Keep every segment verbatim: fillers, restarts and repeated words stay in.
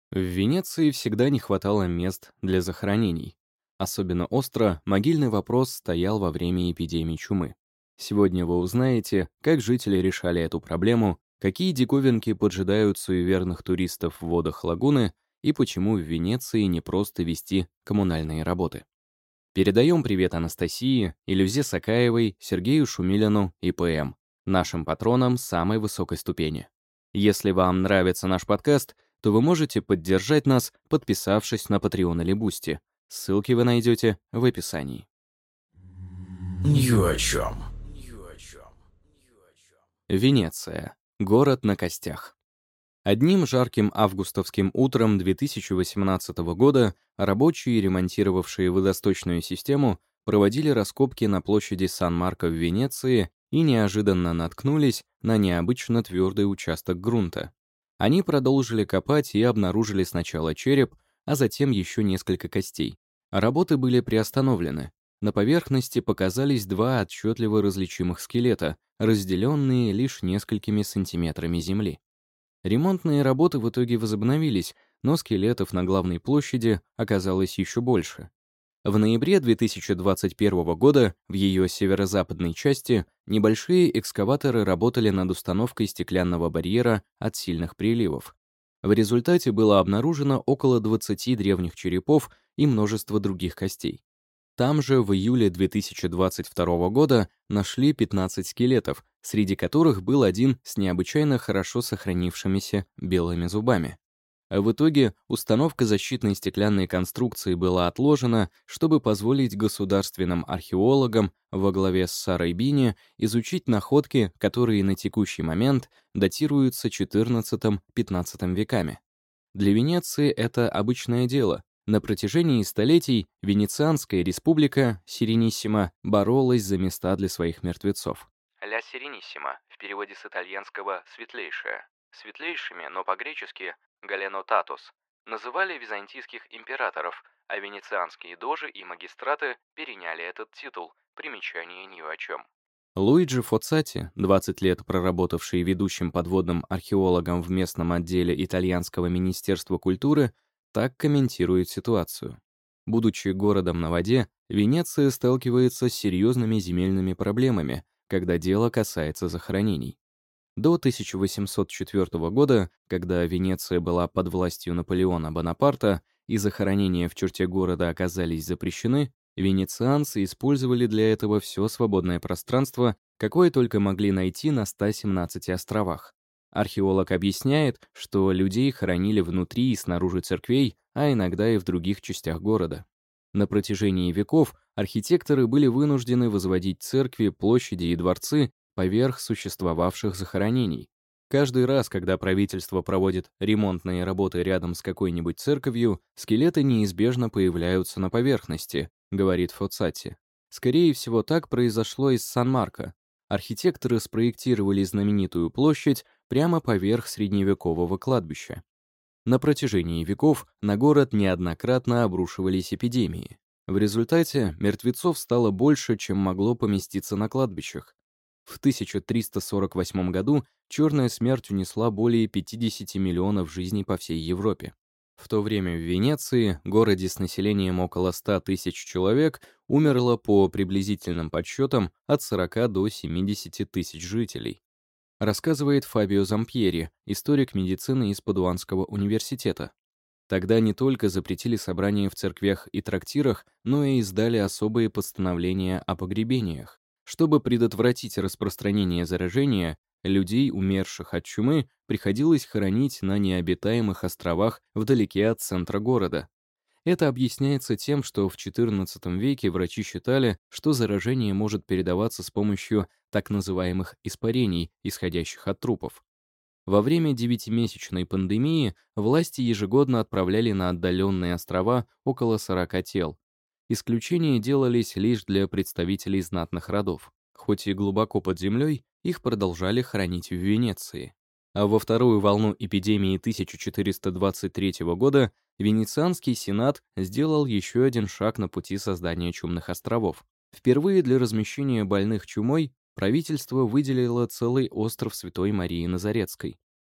В Венеции всегда не хватало мест для захоронений. Особенно остро могильный вопрос стоял во время эпидемии чумы. Сегодня вы узнаете, как жители решали эту проблему, какие диковинки поджидают суеверных туристов в водах лагуны и почему в Венеции не просто вести коммунальные работы. Передаем привет Анастасии, Илюзе Сакаевой, Сергею Шумилину и ПМ, нашим патронам самой высокой ступени. Если вам нравится наш подкаст, то вы можете поддержать нас, подписавшись на Patreon или Boosty. Ссылки вы найдете в описании. Ни о чем. Венеция. Город на костях. Одним жарким августовским утром две тысячи восемнадцатого года рабочие, ремонтировавшие водосточную систему, проводили раскопки на площади Сан-Марко в Венеции и неожиданно наткнулись на необычно твердый участок грунта. Они продолжили копать и обнаружили сначала череп, а затем еще несколько костей. Работы были приостановлены. На поверхности показались два отчетливо различимых скелета, разделенные лишь несколькими сантиметрами земли. Ремонтные работы в итоге возобновились, но скелетов на главной площади оказалось еще больше. В ноябре две тысячи двадцать первого года в ее северо-западной части небольшие экскаваторы работали над установкой стеклянного барьера от сильных приливов. В результате было обнаружено около двадцати древних черепов и множество других костей. Там же в июле две тысячи двадцать второго года нашли пятнадцать скелетов, среди которых был один с необычайно хорошо сохранившимися белыми зубами. А в итоге установка защитной стеклянной конструкции была отложена, чтобы позволить государственным археологам во главе с Сарой Бини изучить находки, которые на текущий момент датируются четырнадцатым-пятнадцатым веками. Для Венеции это обычное дело. На протяжении столетий Венецианская республика Сирениссима боролась за места для своих мертвецов. «Ля Сирениссима» в переводе с итальянского «светлейшая». Светлейшими, но по-гречески «галенотатус», называли византийских императоров, а венецианские дожи и магистраты переняли этот титул, примечание ни о чем. Луиджи Фоцати, двадцать лет проработавший ведущим подводным археологом в местном отделе итальянского министерства культуры, так комментирует ситуацию. Будучи городом на воде, Венеция сталкивается с серьезными земельными проблемами, когда дело касается захоронений. До тысяча восемьсот четвёртого года, когда Венеция была под властью Наполеона Бонапарта и захоронения в черте города оказались запрещены, венецианцы использовали для этого все свободное пространство, какое только могли найти на ста семнадцати островах. Археолог объясняет, что людей хоронили внутри и снаружи церквей, а иногда и в других частях города. На протяжении веков архитекторы были вынуждены возводить церкви, площади и дворцы поверх существовавших захоронений. Каждый раз, когда правительство проводит ремонтные работы рядом с какой-нибудь церковью, скелеты неизбежно появляются на поверхности, говорит Фоцати. Скорее всего, так произошло и с Сан-Марко. Архитекторы спроектировали знаменитую площадь прямо поверх средневекового кладбища. На протяжении веков на город неоднократно обрушивались эпидемии. В результате мертвецов стало больше, чем могло поместиться на кладбищах. В тысяча триста сорок восьмом году черная смерть унесла более пятидесяти миллионов жизней по всей Европе. В то время в Венеции, городе с населением около ста тысяч человек, умерло по приблизительным подсчетам от сорока до семидесяти тысяч жителей. Рассказывает Фабио Зампьери, историк медицины из Падуанского университета. Тогда не только запретили собрания в церквях и трактирах, но и издали особые постановления о погребениях. Чтобы предотвратить распространение заражения, людей, умерших от чумы, приходилось хоронить на необитаемых островах вдалеке от центра города. Это объясняется тем, что в четырнадцатом веке врачи считали, что заражение может передаваться с помощью так называемых испарений, исходящих от трупов. Во время девятимесячной пандемии власти ежегодно отправляли на отдаленные острова около сорока тел. Исключения делались лишь для представителей знатных родов. Хоть и глубоко под землей, их продолжали хоронить в Венеции. А во вторую волну эпидемии тысяча четыреста двадцать третьего года Венецианский сенат сделал еще один шаг на пути создания чумных островов. Впервые для размещения больных чумой правительство выделило целый остров Святой Марии Назаретской.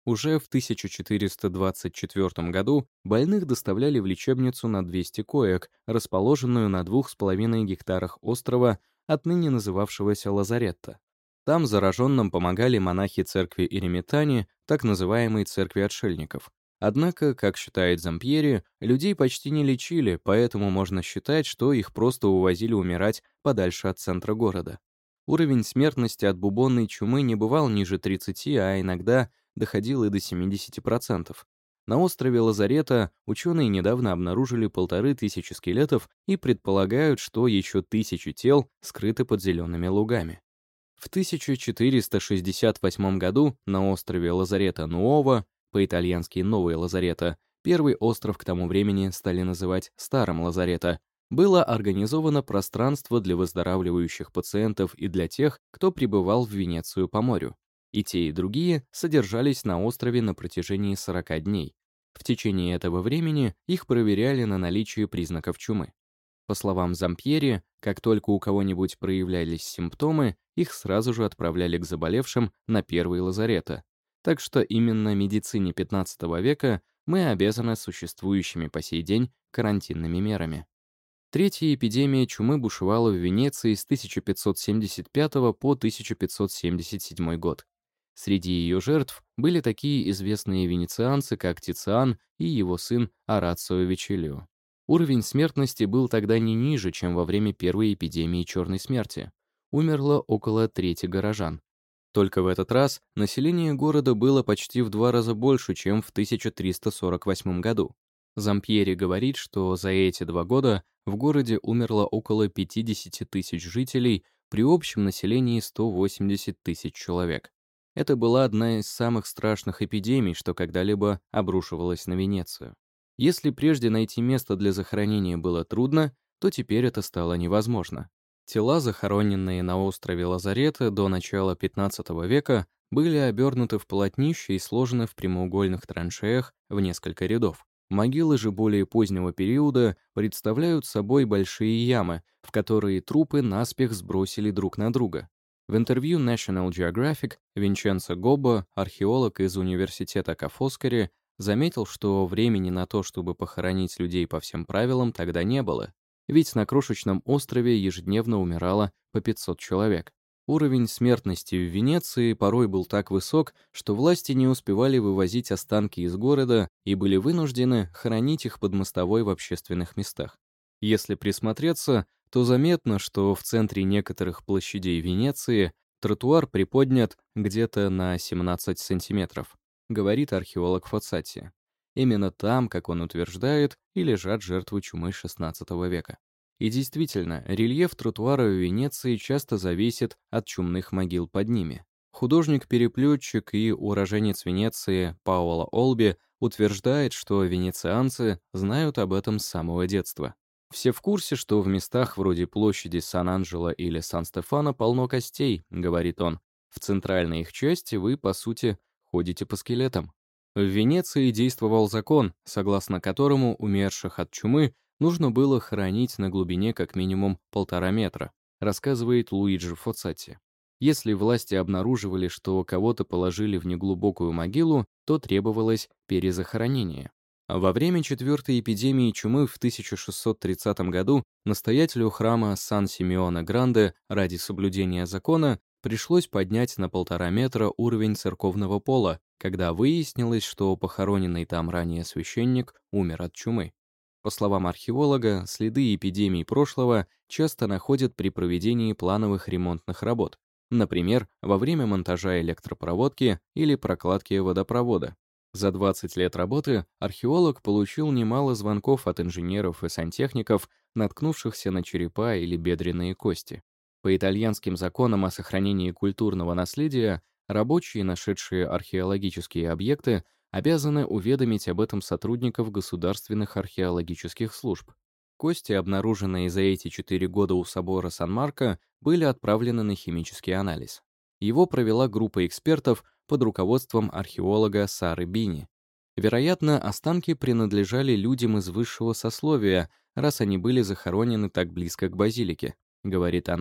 Уже в тысяча четыреста двадцать четвёртом году больных доставляли в лечебницу на двести коек, расположенную на двух с половиной гектарах острова, отныне называвшегося Лазаретто. Там зараженным помогали монахи церкви Эремитани, так называемой церкви отшельников. Однако, как считает Зампьери, людей почти не лечили, поэтому можно считать, что их просто увозили умирать подальше от центра города. Уровень смертности от бубонной чумы не бывал ниже тридцати, а иногда доходил и до семидесяти процентов. На острове Лазарета ученые недавно обнаружили полторы тысячи скелетов и предполагают, что еще тысячи тел скрыты под зелеными лугами. В тысяча четыреста шестьдесят восьмом году на острове Лазарето-Нуово, по-итальянски Новый Лазарето, первый остров к тому времени стали называть Старым Лазарето, было организовано пространство для выздоравливающих пациентов и для тех, кто прибывал в Венецию по морю. И те, и другие содержались на острове на протяжении сорока дней. В течение этого времени их проверяли на наличие признаков чумы. По словам Зампьери, как только у кого-нибудь проявлялись симптомы, их сразу же отправляли к заболевшим на первый лазарето. Так что именно медицине пятнадцатого века мы обязаны существующими по сей день карантинными мерами. Третья эпидемия чумы бушевала в Венеции с тысяча пятьсот семьдесят пятого по тысяча пятьсот семьдесят седьмой год. Среди ее жертв были такие известные венецианцы, как Тициан и его сын Орацио Вечелио. Уровень смертности был тогда не ниже, чем во время первой эпидемии черной смерти. Умерло около трети горожан. Только в этот раз население города было почти в два раза больше, чем в тысяча триста сорок восьмом году. Зампьери говорит, что за эти два года в городе умерло около пятидесяти тысяч жителей при общем населении сто восемьдесят тысяч человек. Это была одна из самых страшных эпидемий, что когда-либо обрушивалась на Венецию. Если прежде найти место для захоронения было трудно, то теперь это стало невозможно. Тела, захороненные на острове Лазарето до начала пятнадцатого века, были обернуты в полотнище и сложены в прямоугольных траншеях в несколько рядов. Могилы же более позднего периода представляют собой большие ямы, в которые трупы наспех сбросили друг на друга. В интервью National Geographic Винченцо Гоббо, археолог из университета Ка' Фоскари, заметил, что времени на то, чтобы похоронить людей по всем правилам, тогда не было, ведь на крошечном острове ежедневно умирало по пятьсот человек. Уровень смертности в Венеции порой был так высок, что власти не успевали вывозить останки из города и были вынуждены хоронить их под мостовой в общественных местах. Если присмотреться, то заметно, что в центре некоторых площадей Венеции тротуар приподнят где-то на семнадцать сантиметров, говорит археолог Фоцатти. Именно там, как он утверждает, и лежат жертвы чумы шестнадцатого века. И действительно, рельеф тротуара в Венеции часто зависит от чумных могил под ними. Художник-переплетчик и уроженец Венеции Паоло Олби утверждает, что венецианцы знают об этом с самого детства. «Все в курсе, что в местах вроде площади Сан-Анджело или Сан-Стефано полно костей», — говорит он. «В центральной их части вы, по сути, ходите по скелетам». В Венеции действовал закон, согласно которому умерших от чумы нужно было хоронить на глубине как минимум полтора метра, рассказывает Луиджи Фоцатти. Если власти обнаруживали, что кого-то положили в неглубокую могилу, то требовалось перезахоронение. Во время четвертой эпидемии чумы в тысяча шестьсот тридцатом году настоятелю храма Сан-Симеоне-Гранде ради соблюдения закона пришлось поднять на полтора метра уровень церковного пола, когда выяснилось, что похороненный там ранее священник умер от чумы. По словам археолога, следы эпидемий прошлого часто находят при проведении плановых ремонтных работ, например, во время монтажа электропроводки или прокладки водопровода. За двадцать лет работы археолог получил немало звонков от инженеров и сантехников, наткнувшихся на черепа или бедренные кости. По итальянским законам о сохранении культурного наследия рабочие, нашедшие археологические объекты, обязаны уведомить об этом сотрудников государственных археологических служб. Кости, обнаруженные за эти четыре года у собора Сан-Марко, были отправлены на химический анализ. Его провела группа экспертов под руководством археолога Сары Бини. Вероятно, останки принадлежали людям из высшего сословия, раз они были захоронены так близко к базилике, говорит она.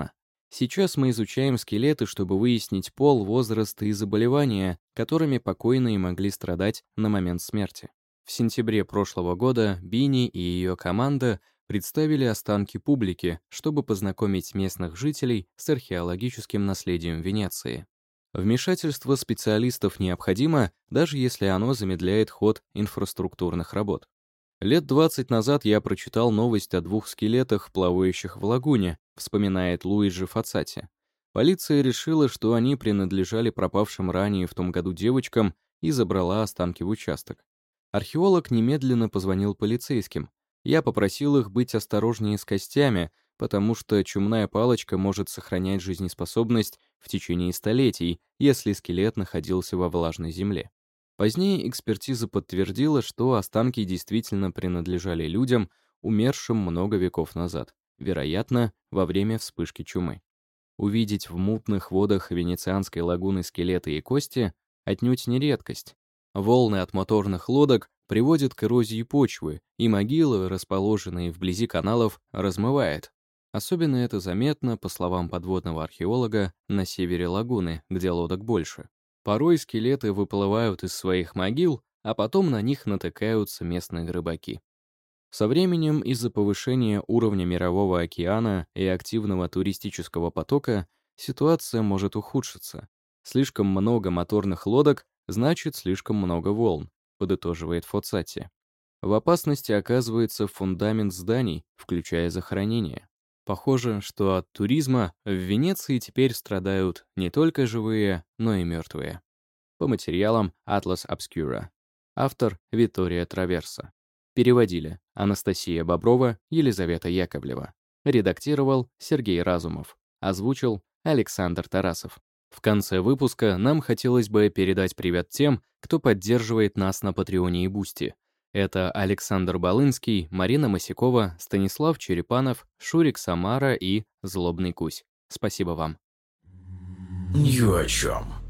Сейчас мы изучаем скелеты, чтобы выяснить пол, возраст и заболевания, которыми покойные могли страдать на момент смерти. В сентябре прошлого года Бини и ее команда представили останки публике, чтобы познакомить местных жителей с археологическим наследием Венеции. Вмешательство специалистов необходимо, даже если оно замедляет ход инфраструктурных работ. Лет двадцать назад я прочитал новость о двух скелетах, плавающих в лагуне, вспоминает Луиджи Фацати. Полиция решила, что они принадлежали пропавшим ранее в том году девочкам, и забрала останки в участок. Археолог немедленно позвонил полицейским. Я попросил их быть осторожнее с костями, потому что чумная палочка может сохранять жизнеспособность в течение столетий, если скелет находился во влажной земле. Позднее экспертиза подтвердила, что останки действительно принадлежали людям, умершим много веков назад, вероятно, во время вспышки чумы. Увидеть в мутных водах Венецианской лагуны скелеты и кости отнюдь не редкость. Волны от моторных лодок приводят к эрозии почвы, и могилы, расположенные вблизи каналов, размывает. Особенно это заметно, по словам подводного археолога, на севере лагуны, где лодок больше. Порой скелеты выплывают из своих могил, а потом на них натыкаются местные рыбаки. Со временем из-за повышения уровня Мирового океана и активного туристического потока ситуация может ухудшиться. Слишком много моторных лодок значит слишком много волн, подытоживает Фоцати. В опасности оказывается фундамент зданий, включая захоронения. Похоже, что от туризма в Венеции теперь страдают не только живые, но и мертвые. По материалам Atlas Obscura. Автор Виттория Траверса. Переводили Анастасия Боброва, Елизавета Яковлева. Редактировал Сергей Разумов. Озвучил Александр Тарасов. В конце выпуска нам хотелось бы передать привет тем, кто поддерживает нас на Патреоне и Бусти. Это Александр Балынский, Марина Масякова, Станислав Черепанов, Шурик Самара и Злобный Кусь. Спасибо вам. Ни о чем.